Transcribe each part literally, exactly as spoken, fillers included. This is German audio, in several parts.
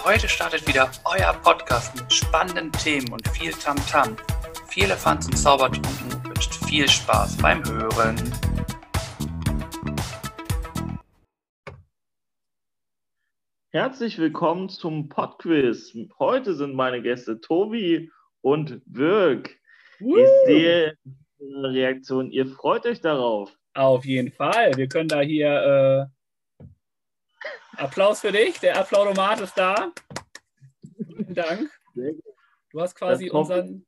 Heute startet wieder euer Podcast mit spannenden Themen und viel Tamtam. Viel Elefants und Zaubertrunken wünscht viel Spaß beim Hören. Herzlich willkommen zum Podquiz. Heute sind meine Gäste Tobi und Birg. Uh. Ich sehe Ihre Reaktion. Ihr freut euch darauf. Auf jeden Fall. Wir können da hier äh, Applaus für dich. Der Applaudomat ist da. Vielen Dank. Du hast quasi Das hoffe- unseren.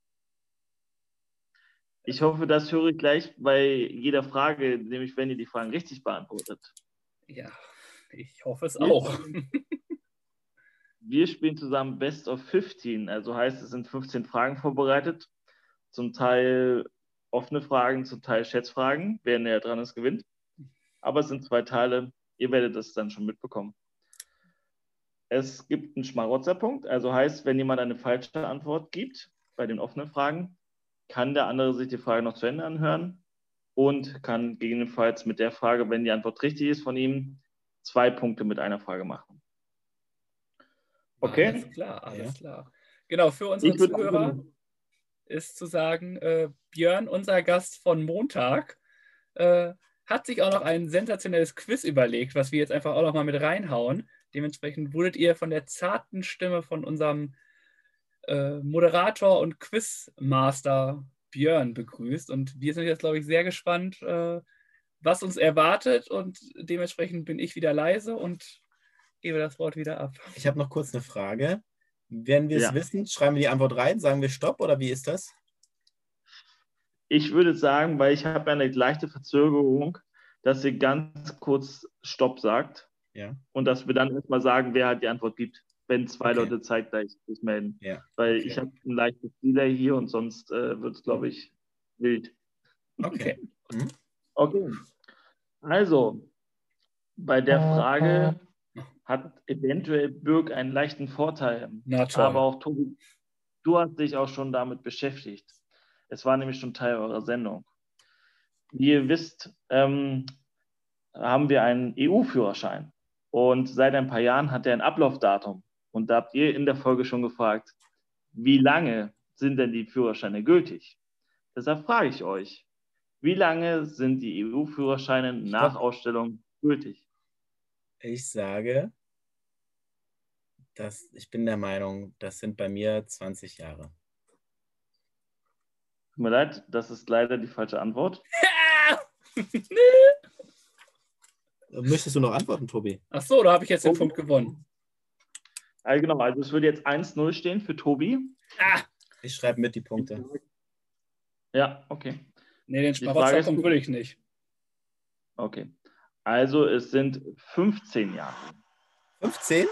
Ich hoffe, das höre ich gleich bei jeder Frage, nämlich wenn ihr die Fragen richtig beantwortet. Ja, ich hoffe es auch. Wir spielen zusammen Best of fünfzehn, also heißt, es sind fünfzehn Fragen vorbereitet. Zum Teil offene Fragen, zum Teil Schätzfragen. Wer näher dran ist, gewinnt. Aber es sind zwei Teile. Ihr werdet das dann schon mitbekommen. Es gibt einen Schmarotzerpunkt, also heißt, wenn jemand eine falsche Antwort gibt bei den offenen Fragen, kann der andere sich die Frage noch zu Ende anhören und kann gegebenenfalls mit der Frage, wenn die Antwort richtig ist von ihm, zwei Punkte mit einer Frage machen. Okay? Alles klar, alles Ja. klar. Genau, für unsere Ich würde Zuhörer einfach- ist zu sagen, äh, Björn, unser Gast von Montag, äh, hat sich auch noch ein sensationelles Quiz überlegt, was wir jetzt einfach auch noch mal mit reinhauen. Dementsprechend wurdet ihr von der zarten Stimme von unserem äh, Moderator und Quizmaster Björn begrüßt. Und wir sind jetzt, glaube ich, sehr gespannt, äh, was uns erwartet. Und dementsprechend bin ich wieder leise und gebe das Wort wieder ab. Ich habe noch kurz eine Frage. Wenn wir es Ja. wissen, schreiben wir die Antwort rein, sagen wir Stopp oder wie ist das? Ich würde sagen, weil ich habe eine leichte Verzögerung, dass ihr ganz kurz Stopp sagt Ja. und dass wir dann erstmal sagen, wer halt die Antwort gibt, wenn zwei Okay. Leute zeitgleich sich melden. Ja. Weil Okay. ich habe ein leichtes Delay hier und sonst äh, wird es, glaube ich, wild. Okay. Mhm. Okay. Also, bei der Frage hat eventuell Birg einen leichten Vorteil. Na toll. Aber auch Tobi, du hast dich auch schon damit beschäftigt. Es war nämlich schon Teil eurer Sendung. Wie ihr wisst, ähm, haben wir einen E U-Führerschein. Und seit ein paar Jahren hat er ein Ablaufdatum. Und da habt ihr in der Folge schon gefragt, wie lange sind denn die Führerscheine gültig? Deshalb frage ich euch, wie lange sind die E U-Führerscheine nach Stopp. Ausstellung gültig? Ich sage, dass ich bin der Meinung, das sind bei mir zwanzig Jahre. Tut mir leid, das ist leider die falsche Antwort. Möchtest du noch antworten, Tobi? Ach so, da habe ich jetzt den Oh. Punkt gewonnen. Also genau, also es würde jetzt eins null stehen für Tobi. Ah, Ich schreibe mit die Punkte. Ja, okay. nee, den Die Frage Schmarotzerpunkt ist- will ich nicht. Okay. Also es sind fünfzehn Jahre. fünfzehn?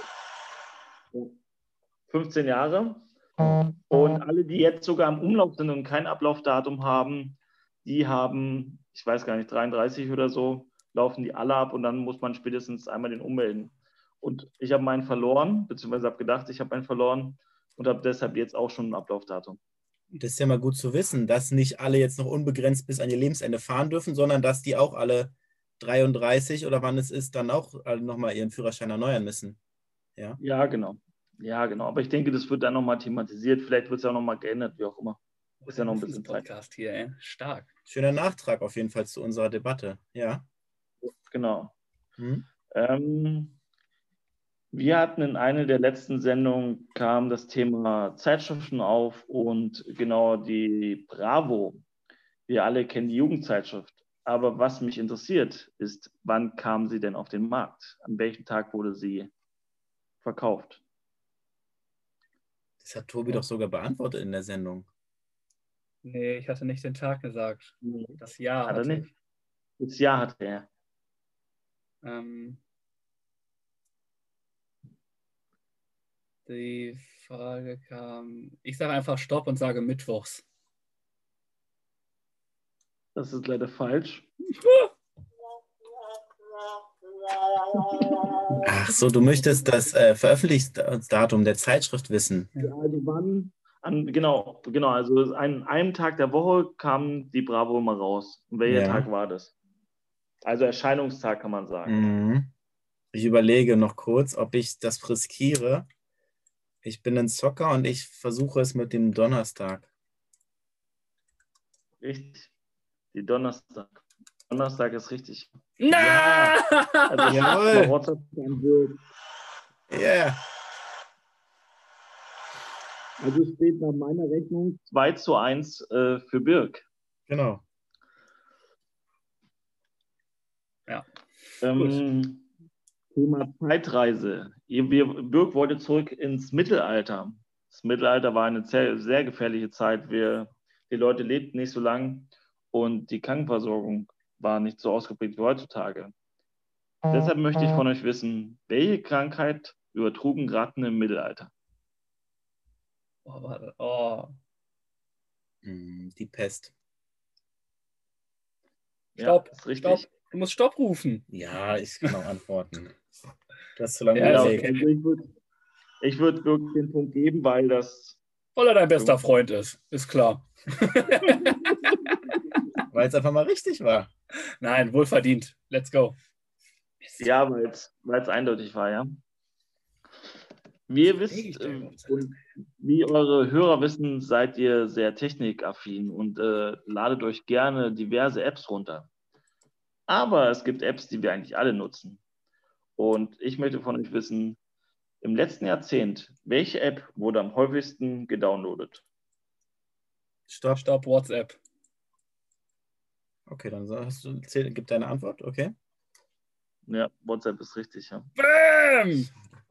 fünfzehn Jahre. Und alle, die jetzt sogar im Umlauf sind und kein Ablaufdatum haben, die haben, ich weiß gar nicht, dreiunddreißig oder so, laufen die alle ab und dann muss man spätestens einmal den ummelden. Und ich habe meinen verloren, beziehungsweise habe gedacht, ich habe einen verloren und habe deshalb jetzt auch schon ein Ablaufdatum. Das ist ja mal gut zu wissen, dass nicht alle jetzt noch unbegrenzt bis an ihr Lebensende fahren dürfen, sondern dass die auch alle dreiunddreißig oder wann es ist, dann auch alle nochmal ihren Führerschein erneuern müssen. Ja. Ja, genau. Ja, genau. Aber ich denke, das wird dann nochmal thematisiert. Vielleicht wird es ja auch nochmal geändert, wie auch immer. Ist ja noch ein bisschen Zeit. Podcast hier, ey. Stark. Schöner Nachtrag auf jeden Fall zu unserer Debatte. Ja. Genau. Hm? Ähm, wir hatten in einer der letzten Sendungen kam das Thema Zeitschriften auf und genau die Bravo. Wir alle kennen die Jugendzeitschrift. Aber was mich interessiert, ist, wann kam sie denn auf den Markt? An welchem Tag wurde sie verkauft? Das hat Tobi doch sogar beantwortet in der Sendung. Nee, ich hatte nicht den Tag gesagt. Das Jahr. Hat er hatte nicht? ich. Das Jahr hatte er. Ähm, die Frage kam. Ich sage einfach Stopp und sage Mittwochs. Das ist leider falsch. Ach so, du möchtest das äh, Veröffentlichungsdatum der Zeitschrift wissen. Ja, also wann? An, genau, genau. Also an einem Tag der Woche kam die Bravo immer raus. Und welcher Ja. Tag war das? Also Erscheinungstag kann man sagen. Mhm. Ich überlege noch kurz, ob ich das riskiere. Ich bin ein Zocker und ich versuche es mit dem Donnerstag. Richtig. Die Donnerstag. Donnerstag ist richtig. Na! Also Jawohl. Schmarotzer von Birk. Yeah. Also es steht nach meiner Rechnung zwei zu eins äh, für Birk. Genau. Ja. Ähm, Thema Zeitreise. Ihr- wir- Birk wollte zurück ins Mittelalter. Das Mittelalter war eine sehr, sehr gefährliche Zeit. Wir, die Leute lebten nicht so lang und die Krankenversorgung war nicht so ausgeprägt wie heutzutage. Deshalb möchte ich von euch wissen, welche Krankheit übertrugen Ratten im Mittelalter? Oh, warte. Oh. Hm, Die Pest. Stopp, Ja, ist richtig. stopp. Du musst Stopp rufen. Ja, ich kann auch antworten. Du hast zu lange Ja, Ja, ist überlegt. okay. also ich würde ich würd Birk den Punkt geben, weil das Weil er dein bester Freund ist. Ist klar. Weil es einfach mal richtig war. Nein, wohlverdient. Let's go. Ja, weil es eindeutig war, ja. Wie ihr wisst Gegenstell, äh, Gott sei Dank. und wie eure Hörer wissen, seid ihr sehr technikaffin und äh, ladet euch gerne diverse Apps runter. Aber es gibt Apps, die wir eigentlich alle nutzen. Und ich möchte von euch wissen, im letzten Jahrzehnt, welche App wurde am häufigsten gedownloadet? Stopp. Stopp, WhatsApp. Okay, dann hast du, zähl, gib deine Antwort, okay? Ja, WhatsApp ist richtig, ja. Bam! Ich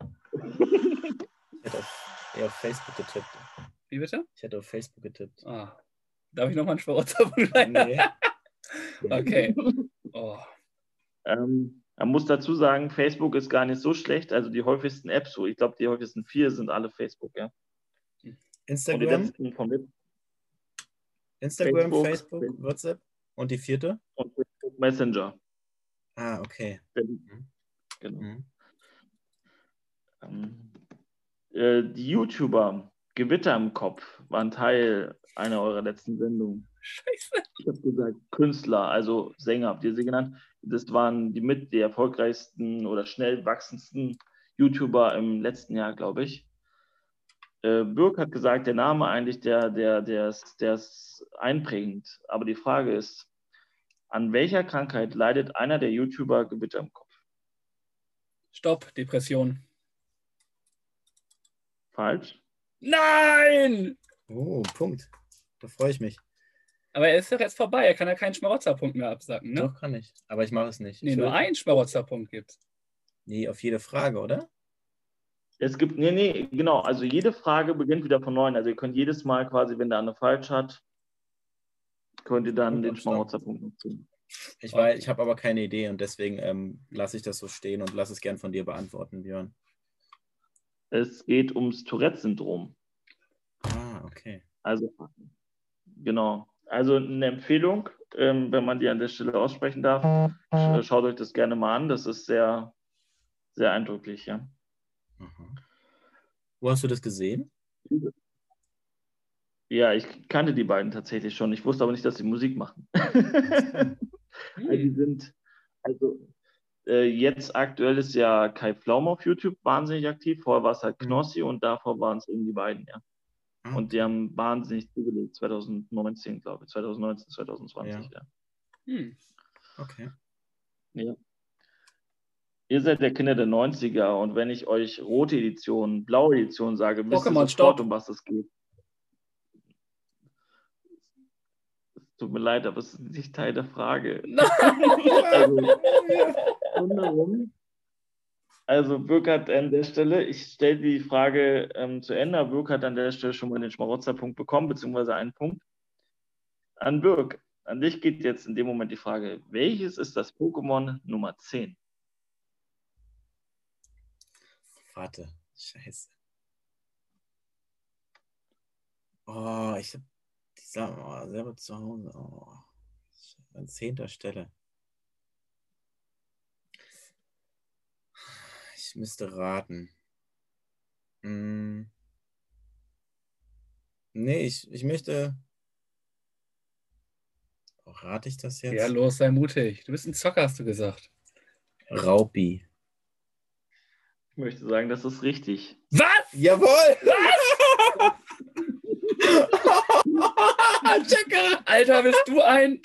hätte auf, eher auf Facebook getippt. Wie bitte? Ich hätte auf Facebook getippt. Ah. Darf ich nochmal einen Schwarzer Nee. Okay. Oh. Ähm, man muss dazu sagen, Facebook ist gar nicht so schlecht. Also die häufigsten Apps, so ich glaube, die häufigsten vier sind alle Facebook, ja. Und die Instagram, letzten vom letzten Instagram, Facebook, Facebook, Facebook. WhatsApp. Und die vierte? und Facebook Messenger. Ah, okay. Genau. Mhm. Ähm, äh, die YouTuber Gewitter im Kopf waren Teil einer eurer letzten Sendungen. Scheiße. Ich habe gesagt Künstler, also Sänger habt ihr sie genannt. Das waren die mit die erfolgreichsten oder schnell wachsendsten YouTuber im letzten Jahr, glaube ich. Äh, Birk hat gesagt, der Name eigentlich, der, der, der, ist, der ist einprägend. Aber die Frage ist, an welcher Krankheit leidet einer der YouTuber Gewitter im Kopf? Stopp, Depression. Falsch? Nein! Oh, Punkt. Da freue ich mich. Aber er ist doch jetzt vorbei. Er kann ja keinen Schmarotzerpunkt mehr absacken, ne? Doch, kann ich. Aber ich mache es nicht. Nee, Ich nur will- einen Schmarotzerpunkt gibt's. Nee, auf jede Frage, oder? Es gibt, nee, nee, genau. Also jede Frage beginnt wieder von neuem. Also ihr könnt jedes Mal quasi, wenn der andere falsch hat, könnt ihr dann Und den Abstand. Schmarotzerpunkt nutzen. Ich weiß, ich habe aber keine Idee und deswegen ähm, lasse ich das so stehen und lasse es gern von dir beantworten, Björn. Es geht ums Tourette-Syndrom. Ah, okay. Also, genau. Also eine Empfehlung, ähm, wenn man die an der Stelle aussprechen darf, sch- schaut euch das gerne mal an. Das ist sehr, sehr eindrücklich, ja. Mhm. Wo hast du das gesehen? Ja, ich kannte die beiden tatsächlich schon. Ich wusste aber nicht, dass sie Musik machen. Also die Hm. sind, also äh, jetzt aktuell ist ja Kai Pflaume auf YouTube wahnsinnig aktiv. Vorher war es halt Mhm. Knossi und davor waren es eben die beiden, ja. Ah, Und die haben wahnsinnig zugelegt, zwanzig neunzehn, glaube ich. zwanzig neunzehn, zwanzig zwanzig, ja. Hm. okay. ja. Ihr seid der Kinder der neunziger und wenn ich euch rote Edition, blaue Edition sage, wisst ihr Pokémon, sofort, stopp. um was es geht. Es tut mir leid, aber es ist nicht Teil der Frage. Also, wunderbar. Also Birk hat an der Stelle, ich stelle die Frage ähm, zu Ende, Birk hat an der Stelle schon mal den Schmarotzerpunkt bekommen, beziehungsweise einen Punkt. An Birk, an dich geht jetzt in dem Moment die Frage, welches ist das Pokémon Nummer zehn? Warte. Scheiße. Oh, ich habe dieser oh, selber zu Hause. Oh, an zehnter Stelle. Ich müsste raten. Hm. Nee, ich, ich möchte. Oh, rate ich das jetzt? Ja, los, sei mutig. Du bist ein Zocker, hast du gesagt. Raupi. Ich möchte sagen, das ist richtig. Was? Jawohl! Checker! Alter, bist du ein...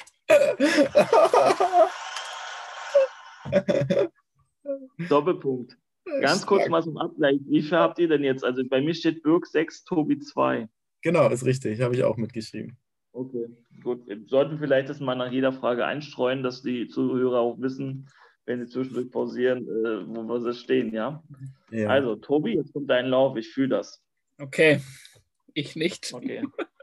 Doppelpunkt. Ganz kurz mal zum Abgleich. Wie viel habt ihr denn jetzt? Also bei mir steht Birk sechs, Tobi zwei. Genau, ist richtig. Habe ich auch mitgeschrieben. Okay, gut. Wir sollten vielleicht das mal nach jeder Frage einstreuen, dass die Zuhörer auch wissen, wenn sie zwischendurch pausieren, äh, wo wir so stehen, ja? Ja. Also, Tobi, jetzt kommt dein Lauf. Ich fühle das. Okay, ich nicht. Okay.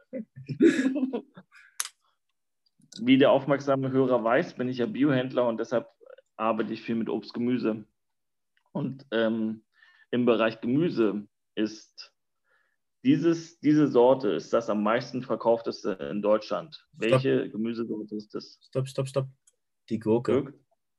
Wie der aufmerksame Hörer weiß, bin ich ja Biohändler und deshalb arbeite ich viel mit Obst, Gemüse. Und ähm, im Bereich Gemüse ist dieses, diese Sorte ist das am meisten verkaufteste in Deutschland. Stopp. Welche Gemüsesorte ist das? Stopp, stopp, stopp. Die Gurke. Dirk?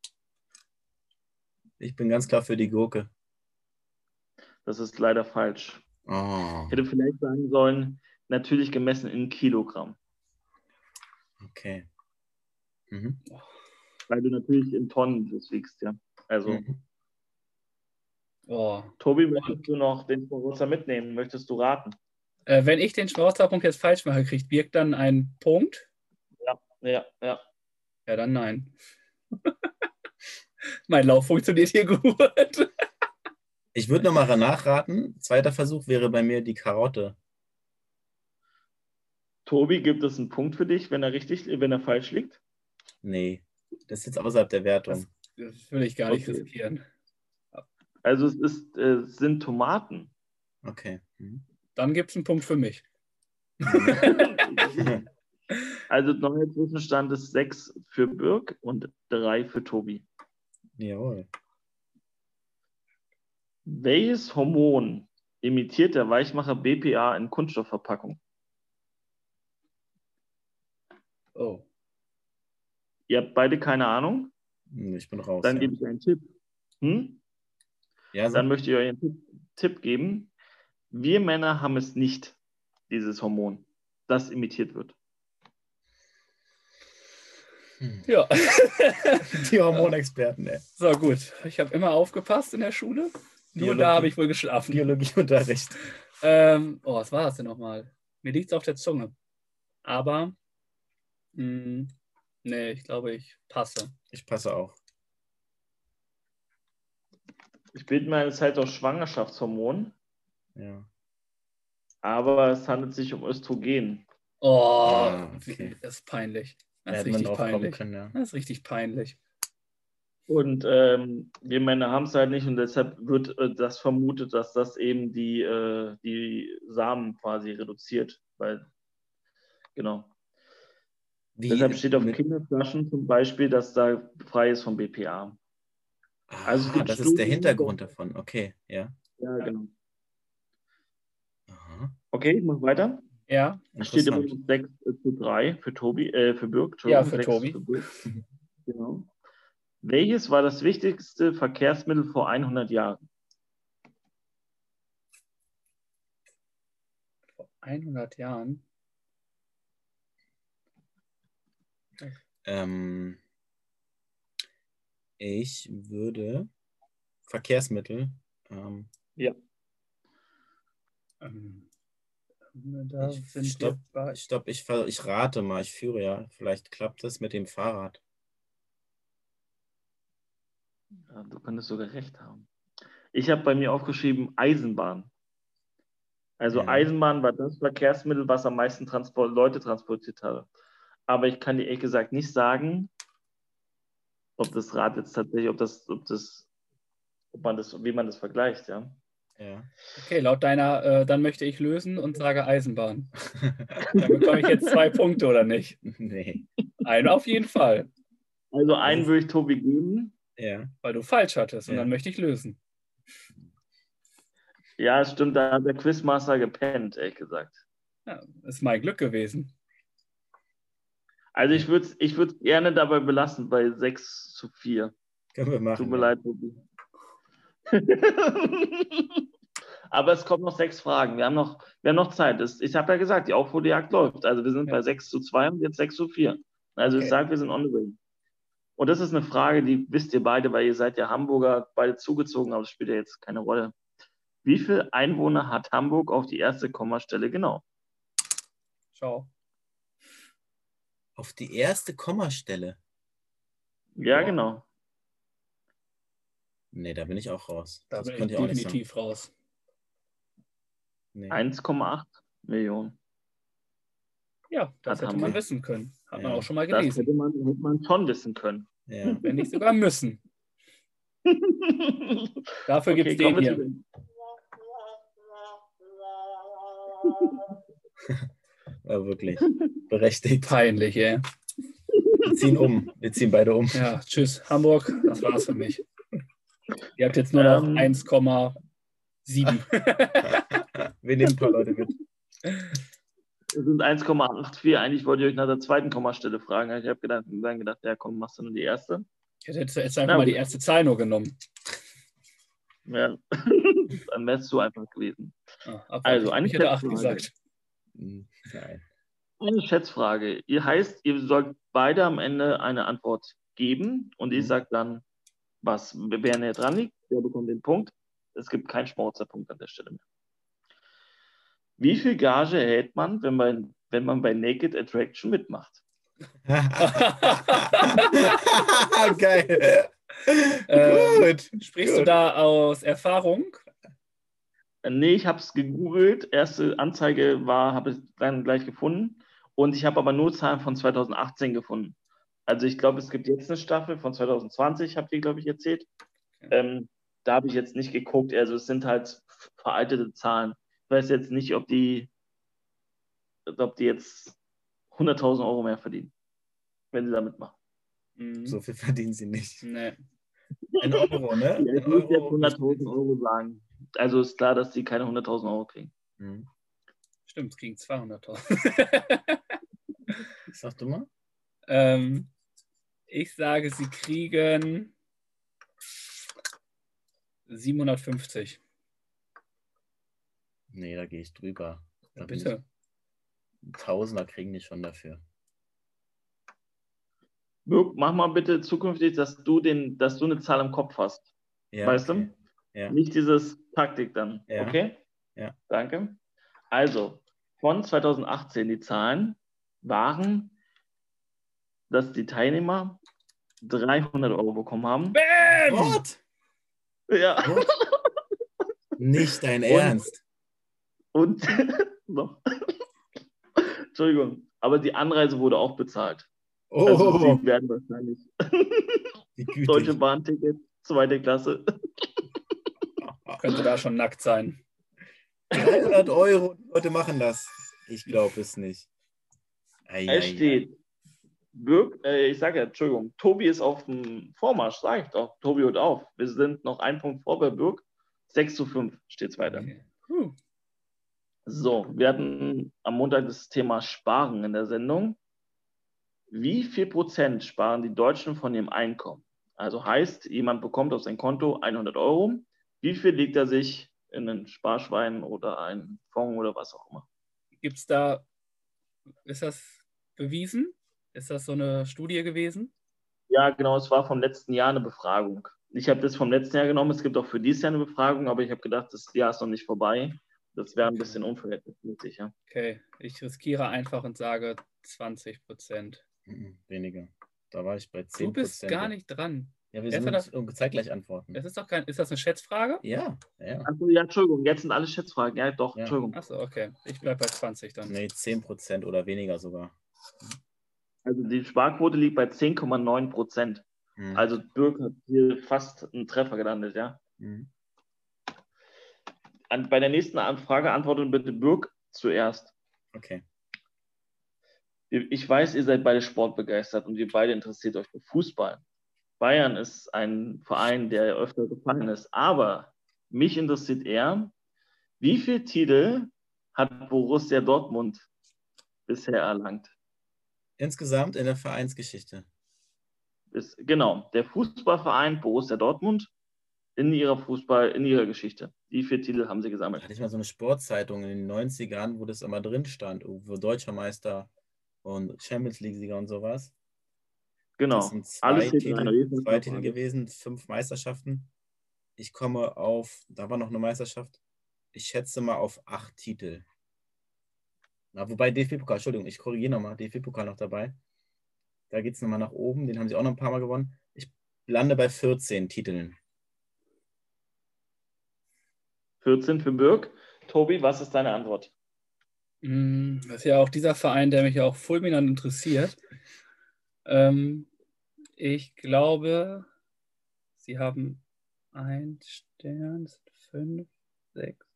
Ich bin ganz klar für die Gurke. Das ist leider falsch. Oh, Ich hätte vielleicht sagen sollen, natürlich gemessen in Kilogramm. okay. Mhm. Weil du natürlich in Tonnen das wiegst, ja. Also, Mhm. Oh. Tobi, möchtest du noch den Schmarotzer mitnehmen? Möchtest du raten? Äh, wenn ich den Schmarotzerpunkt jetzt falsch mache, kriegt Birk dann einen Punkt? Ja, ja, ja. Ja, dann nein. Mein Lauf funktioniert hier gut. Ich würde nochmal nachraten. Zweiter Versuch wäre bei mir die Karotte. Tobi, gibt es einen Punkt für dich, wenn er richtig, wenn er falsch liegt? Nee, das ist jetzt außerhalb der Wertung. Das will ich gar nicht Okay. riskieren. Also es ist, äh, es sind Tomaten. Okay. Mhm. Dann gibt es einen Punkt für mich. Also neuer Zwischenstand ist sechs für Birk und drei für Tobi. Jawohl. Welches Hormon imitiert der Weichmacher B P A in Kunststoffverpackung? Oh. Ihr habt beide keine Ahnung? Ich bin raus. Dann ja. gebe ich einen Tipp. Hm? Ja, so. Dann möchte ich euch einen Tipp, Tipp geben. Wir Männer haben es nicht, dieses Hormon, das imitiert wird. Hm. Ja. Die Hormonexperten, ey. So, gut. Ich habe immer aufgepasst in der Schule. Nur Biologie. da habe ich wohl geschlafen. Biologieunterricht. Ähm, oh, was war das denn nochmal? Mir liegt es auf der Zunge. Aber, mh, nee, ich glaube, ich passe. Ich passe auch. Ich bilde mir eine Zeit aus Schwangerschaftshormon, Ja. aber es handelt sich um Östrogen. Oh, Ah, okay. das ist peinlich. Da Das ist hätte man richtig drauf kommen peinlich. können, ja. Das ist richtig peinlich. Und ähm, wir Männer haben es halt nicht und deshalb wird äh, das vermutet, dass das eben die, äh, die Samen quasi reduziert. Weil, genau. Wie, Deshalb steht auf mit, Kinderflaschen zum Beispiel, dass da frei ist vom B P A. Also es ah, gibt das ist der Studien, Hintergrund davon. Okay, ja. Ja, genau. Aha. Okay, ich mache weiter. Ja, Es steht immer Interessant. noch sechs zu drei für Tobi, äh, für Birk. Ja, Entschuldigung, für sechs Tobi. Für Birk. Genau. Welches war das wichtigste Verkehrsmittel vor hundert Jahren? vor hundert Jahren. Ähm, ich würde Verkehrsmittel. Ähm, Ähm, da ich, sind stopp, wir bei. stopp, ich, ver- ich rate mal, ich führe ja. Vielleicht klappt es mit dem Fahrrad. Ja, du könntest sogar recht haben. Ich habe bei mir aufgeschrieben Eisenbahn. Also Ja. Eisenbahn war das Verkehrsmittel, was am meisten Transport, Leute transportiert hatte. Aber ich kann dir ehrlich gesagt nicht sagen, ob das Rad jetzt tatsächlich, ob das, ob das, ob man das, wie man das vergleicht, ja. Ja. Okay, laut deiner, äh, dann möchte ich lösen und sage Eisenbahn. Dann bekomme ich jetzt zwei Punkte, oder nicht? Nee. Einen auf jeden Fall, Also einen würde ich Tobi geben. Ja. weil du falsch hattest. Und Ja. dann möchte ich lösen. Ja, es stimmt, da hat der Quizmaster gepennt, ehrlich gesagt. Ja, ist mein Glück gewesen. Also ich würde es ich würd's gerne dabei belassen, bei sechs zu vier. Können wir machen. Tut mir ja. leid, Tobi. Aber es kommen noch sechs Fragen. Wir haben noch, wir haben noch Zeit. Das, ich habe ja gesagt, die Aufholjagd läuft. Also wir sind Ja. bei sechs zu zwei und jetzt sechs zu vier. Also Okay. ich sage, wir sind on the way. Und das ist eine Frage, die wisst ihr beide, weil ihr seid ja Hamburger, beide zugezogen, aber das spielt ja jetzt keine Rolle. Wie viele Einwohner hat Hamburg auf die erste Kommastelle genau? Schau. Auf die erste Kommastelle. Ja, Boah. genau. Nee, da bin ich auch raus. Da Das bin ich könnte ich auch nicht sagen. definitiv raus. Nee. eins Komma acht Millionen. Ja, das Hat hätte man Hamburg. wissen können. Hat Ja. man auch schon mal Das gelesen. hätte man, hätte man schon wissen können. Ja. Wenn nicht sogar müssen. Dafür gibt es den kommen wir hier. zu den- War wirklich berechtigt. Peinlich, ey. Wir ziehen um. Wir ziehen beide um. Ja, tschüss, Hamburg. Das war's für mich. Ihr habt jetzt nur noch Ähm. eins Komma sieben. Wir nehmen ein paar Leute mit. Es sind eins Komma vierundachtzig. Eigentlich wollte ich euch nach der zweiten Kommastelle fragen. Ich habe gedacht, dann gedacht, ja komm, machst du nur die erste. Ich hätte jetzt, jetzt einfach Na mal die gut. erste Zahl nur genommen. Ja. Dann wärst du einfach gewesen. Ah, aber Also, ich, eine ich hätte acht Schätzfrage. gesagt. Hm, Nein. Eine Schätzfrage. Ihr heißt, ihr sollt beide am Ende eine Antwort geben und ich Mhm. sage dann, was, wer näher dran liegt, der bekommt den Punkt. Es gibt keinen Schmauzerpunkt an der Stelle mehr. Wie viel Gage erhält man, wenn man, wenn man bei Naked Attraction mitmacht? Geil. Ähm, Gut. Sprichst du Gut. da aus Erfahrung? Äh, Nee, ich habe es gegoogelt. Erste Anzeige war, habe ich dann gleich gefunden. Und ich habe aber nur Zahlen von zweitausendachtzehn gefunden. Also ich glaube, es gibt jetzt eine Staffel von zweitausendzwanzig, habt ihr, glaube ich, erzählt. Ähm, da habe ich jetzt nicht geguckt. Also es sind halt veraltete Zahlen. Ich weiß jetzt nicht, ob die, ob die jetzt hunderttausend Euro mehr verdienen, wenn sie damit machen. Mhm. So viel verdienen sie nicht. Nee. Ein Euro, ne? Ich Ein würde jetzt Euro. hunderttausend Euro sagen. Also ist klar, dass sie keine hunderttausend Euro kriegen. Hm. Stimmt, es kriegen zweihunderttausend. Sag du mal. ähm, ich sage, sie kriegen siebenhundertfünfzig. Nee, da gehe ich drüber. Da bin Bitte. ich- Tausender kriegen die schon dafür. Mirk, mach mal bitte zukünftig, dass du, den, dass du eine Zahl im Kopf hast. Ja, Weißt okay. du? Ja. Nicht dieses Taktik dann. Ja. Okay? Ja. Danke. Also, von zweitausendachtzehn die Zahlen waren, dass die Teilnehmer dreihundert Euro bekommen haben. Bam! What? Ja. What? Nicht dein Und- Ernst. Und noch. Entschuldigung. Aber die Anreise wurde auch bezahlt. Also Oh, sie werden wahrscheinlich wie gütig. Deutsche Bahn-Ticket, zweite Klasse. Könnte da schon nackt sein. dreihundert Euro, die Leute machen das. Ich glaube es nicht. Ei, ei, Es steht, Birk, äh, ich sage ja, Entschuldigung, Tobi ist auf dem Vormarsch, sage ich doch. Tobi hört auf. Wir sind noch ein Punkt vor bei Birk. sechs zu fünf steht es weiter. Okay. Puh. So, wir hatten am Montag das Thema Sparen in der Sendung. Wie viel Prozent sparen die Deutschen von ihrem Einkommen? Also heißt, jemand bekommt auf sein Konto hundert Euro. Wie viel legt er sich in ein Sparschwein oder einen Fonds oder was auch immer? Gibt es da, ist das bewiesen? Ist das so eine Studie gewesen? Ja, genau, es war vom letzten Jahr eine Befragung. Ich habe das vom letzten Jahr genommen, es gibt auch für dieses Jahr eine Befragung, aber ich habe gedacht, das Jahr ist noch nicht vorbei. Das wäre ein bisschen unverhältnismäßig. Ja. Okay, ich riskiere einfach und sage zwanzig Prozent. Mhm, weniger. Da war ich bei zehn Du Prozent. bist gar nicht dran. Ja, wir Wer sind ist und zeitgleich antworten. Das ist doch kein, ist das eine Schätzfrage? Ja, ja. Achso, ja, Entschuldigung, jetzt sind alle Schätzfragen. Ja, doch, Ja. Entschuldigung. Achso, okay. Ich bleibe bei zwanzig dann. Nee, zehn Prozent oder weniger sogar. Also die Sparquote liegt bei zehn Komma neun Prozent. Mhm. Also Birk hat hier fast einen Treffer gelandet, ja. Mhm. An, bei der nächsten Frage antwortet bitte Birk zuerst. Okay. Ich weiß, ihr seid beide sportbegeistert und ihr beide interessiert euch für Fußball. Bayern ist ein Verein, der öfter gefallen ist. Aber mich interessiert eher, wie viele Titel hat Borussia Dortmund bisher erlangt? Insgesamt in der Vereinsgeschichte. Ist, genau, der Fußballverein Borussia Dortmund in ihrer Fußball, in ihrer Geschichte. Wie viele Titel haben sie Da gesammelt? hatte ich mal so eine Sportzeitung in den neunzigern, wo das immer drin stand, irgendwo Deutscher Meister und Champions League-Sieger und sowas. Genau. Das sind zwei Alles steht rein. Titel, zwei Titel gewesen, fünf Meisterschaften. Ich komme auf, da war noch eine Meisterschaft, ich schätze mal auf acht Titel. Na, wobei D F B-Pokal, Entschuldigung, ich korrigiere nochmal, D F B-Pokal noch dabei. Da geht es nochmal nach oben, den haben sie auch noch ein paar Mal gewonnen. Ich lande bei vierzehn Titeln. vierzehn für Birk. Tobi, was ist deine Antwort? Mm, Das ist ja auch dieser Verein, der mich ja auch fulminant interessiert. Ähm, ich glaube, sie haben ein Stern, das sind fünf, sechs.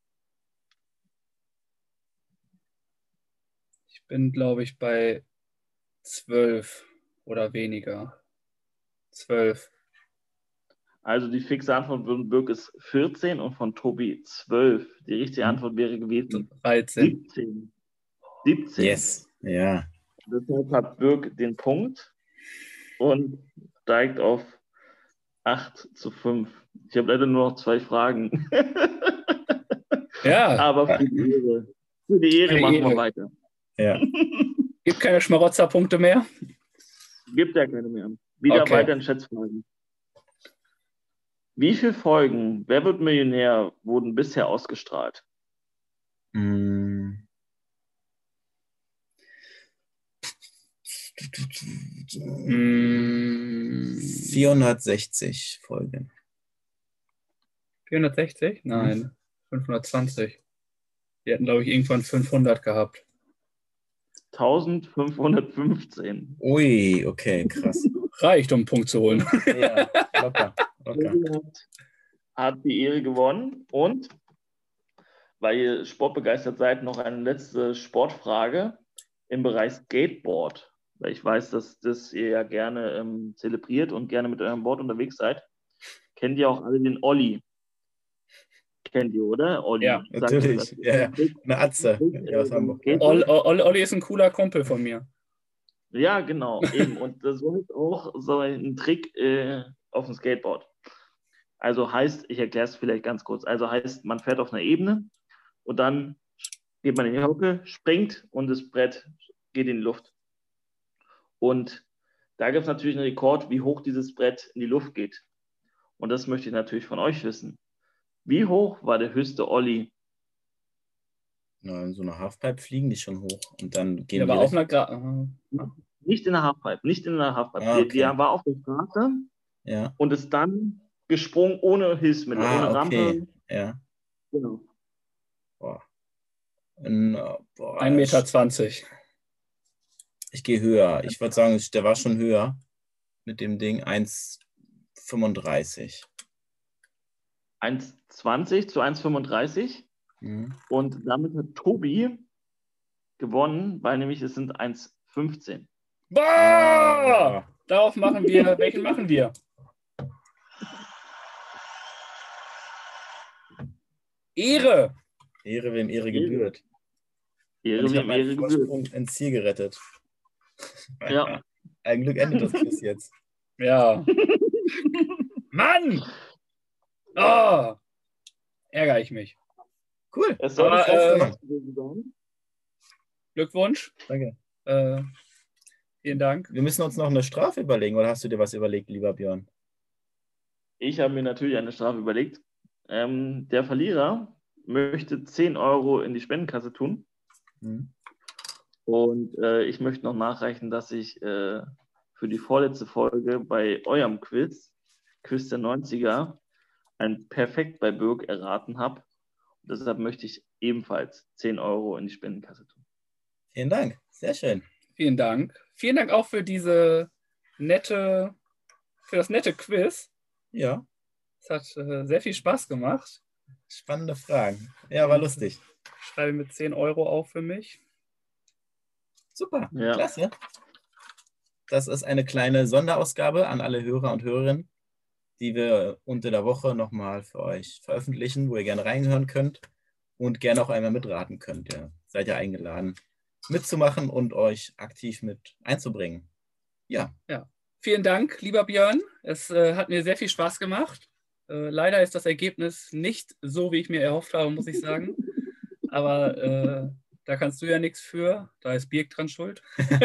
Ich bin, glaube ich, bei zwölf oder weniger. Zwölf. Also die fixe Antwort von Birk ist vierzehn und von Tobi zwölf. Die richtige Mhm. Antwort wäre gewesen dreizehn. siebzehn. siebzehn. Yes, ja. Deshalb hat Birk den Punkt und steigt auf acht zu fünf. Ich habe leider nur noch zwei Fragen. Ja, Aber für die Ehre, für die Ehre Für die machen Ehre. wir weiter. Ja. gibt keine Schmarotzerpunkte mehr. Gibt ja keine mehr. Wieder Okay. weiter in Schätzfragen. Wie viele Folgen Wer wird Millionär wurden bisher ausgestrahlt? Mm. Mm, vierhundertsechzig Folgen. vierhundertsechzig? Nein, fünfhundertzwanzig. Die hatten, glaube ich, irgendwann fünfhundert gehabt. eintausendfünfhundertfünfzehn. Ui, okay, krass. Reicht, um einen Punkt zu holen. Ja, locker, locker. Hat, hat die Ehre gewonnen. Und weil ihr sportbegeistert seid, noch eine letzte Sportfrage im Bereich Skateboard. Weil ich weiß, dass das ihr ja gerne ähm, zelebriert und gerne mit eurem Board unterwegs seid. Kennt ihr auch alle den Olli? Kennt ihr, oder? Olli. Ja, Sagt natürlich. das. Ja, ja. Eine Atze ja, aus Hamburg. Olli, Olli ist ein cooler Kumpel von mir. Ja, genau, eben. Und das ist auch so ein Trick äh, auf dem Skateboard. Also heißt, ich erkläre es vielleicht ganz kurz, also heißt, man fährt auf einer Ebene und dann geht man in die Hocke, springt und das Brett geht in die Luft. Und da gibt es natürlich einen Rekord, wie hoch dieses Brett in die Luft geht. Und das möchte ich natürlich von euch wissen. Wie hoch war der höchste Olli? Na, in so einer Halfpipe fliegen die schon hoch und dann gehen Der war die auf einer Gra Nicht in der Halfpipe, nicht in der Halfpipe. Ah, Die, okay. die war auf der Straße Ja. und ist dann gesprungen ohne Hilfsmittel, Ah, ohne okay. Rampe. Ja. Genau. Boah. Na, boah, ein Meter zwanzig. Ich gehe höher. Ich würde sagen, der war schon höher mit dem Ding. eins Komma fünfunddreißig. eins Komma zwanzig zu eins Komma fünfunddreißig. Mhm. Und damit hat Tobi gewonnen, weil nämlich es sind eins Komma fünfzehn. Boah! Ah. Darauf machen wir. Welchen machen wir? Ehre! Ehre, wem Ehre Ehre. gebührt. Ehre Und ich habe wem meinen Ehre gebührt. Vorsprung ins Ziel gerettet. Ja. Ein Glück endet das Quiz jetzt. Ja. Mann! Oh! Ärgere ich mich. Cool. Es soll Aber, nicht äh, Spaß gewesen sein. Glückwunsch. Danke. Äh, vielen Dank. Wir müssen uns noch eine Strafe überlegen. Oder hast du dir was überlegt, lieber Björn? Ich habe mir natürlich eine Strafe überlegt. Ähm, der Verlierer möchte zehn Euro in die Spendenkasse tun. Mhm. Und äh, ich möchte noch nachreichen, dass ich äh, für die vorletzte Folge bei eurem Quiz, Quiz der neunziger, ein Perfekt bei Birk erraten habe. Und deshalb möchte ich ebenfalls zehn Euro in die Spendenkasse tun. Vielen Dank. Sehr schön. Vielen Dank. Vielen Dank auch für diese nette, für das nette Quiz. Ja, Es hat äh, sehr viel Spaß gemacht. spannende Fragen. Ja, war lustig. Ich schreibe mit zehn Euro auf für mich. Super, Ja. klasse. Das ist eine kleine Sonderausgabe an alle Hörer und Hörerinnen, die wir unter der Woche nochmal für euch veröffentlichen, wo ihr gerne reinhören könnt und gerne auch einmal mitraten könnt. Ihr seid ja eingeladen, mitzumachen und euch aktiv mit einzubringen. Ja, Vielen Dank, lieber Björn. Es äh, hat mir sehr viel Spaß gemacht. Äh, leider ist das Ergebnis nicht so, wie ich mir erhofft habe, muss ich sagen. Aber äh, Da kannst du ja nichts für. Da ist Birk dran schuld.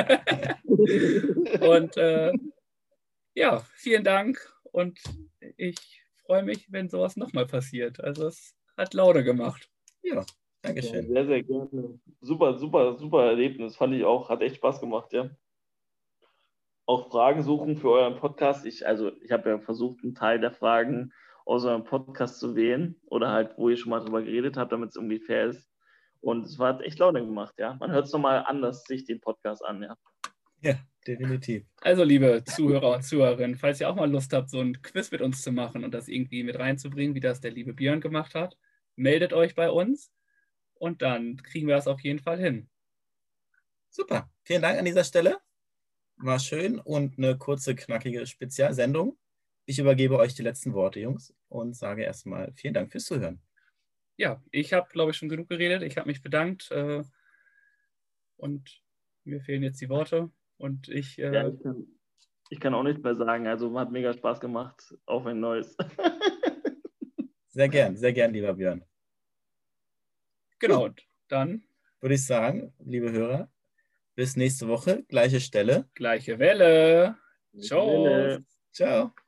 Und äh, ja, vielen Dank. Und ich freue mich, wenn sowas nochmal passiert. Also es hat Laune gemacht. Ja, Ja, Dankeschön. sehr, sehr gerne. Super, super, super Erlebnis. Fand ich auch. Hat echt Spaß gemacht, ja. Auch Fragen suchen für euren Podcast. Ich, also ich habe ja versucht, einen Teil der Fragen aus eurem Podcast zu wählen oder halt, wo ihr schon mal drüber geredet habt, damit es irgendwie fair ist. Und es hat echt Laune gemacht, ja. Man hört es nochmal anders sich den Podcast an, ja. Ja, definitiv. Also, liebe Zuhörer und Zuhörerinnen, falls ihr auch mal Lust habt, so ein Quiz mit uns zu machen und das irgendwie mit reinzubringen, wie das der liebe Björn gemacht hat, meldet euch bei uns und dann kriegen wir das auf jeden Fall hin. Super. Vielen Dank an dieser Stelle. War schön und eine kurze, knackige Spezialsendung. Ich übergebe euch die letzten Worte, Jungs, und sage erstmal vielen Dank fürs Zuhören. Ja, ich habe, glaube ich, schon genug geredet. Ich habe mich bedankt äh, und mir fehlen jetzt die Worte. Und ich, äh, Ja, ich kann, ich kann auch nichts mehr sagen. Also hat mega Spaß gemacht. Auf ein neues. Sehr gern, sehr gern, lieber Björn. genau, und dann Würde ich sagen, liebe Hörer, bis nächste Woche, gleiche Stelle. gleiche Welle. Ciao. Welle. Ciao.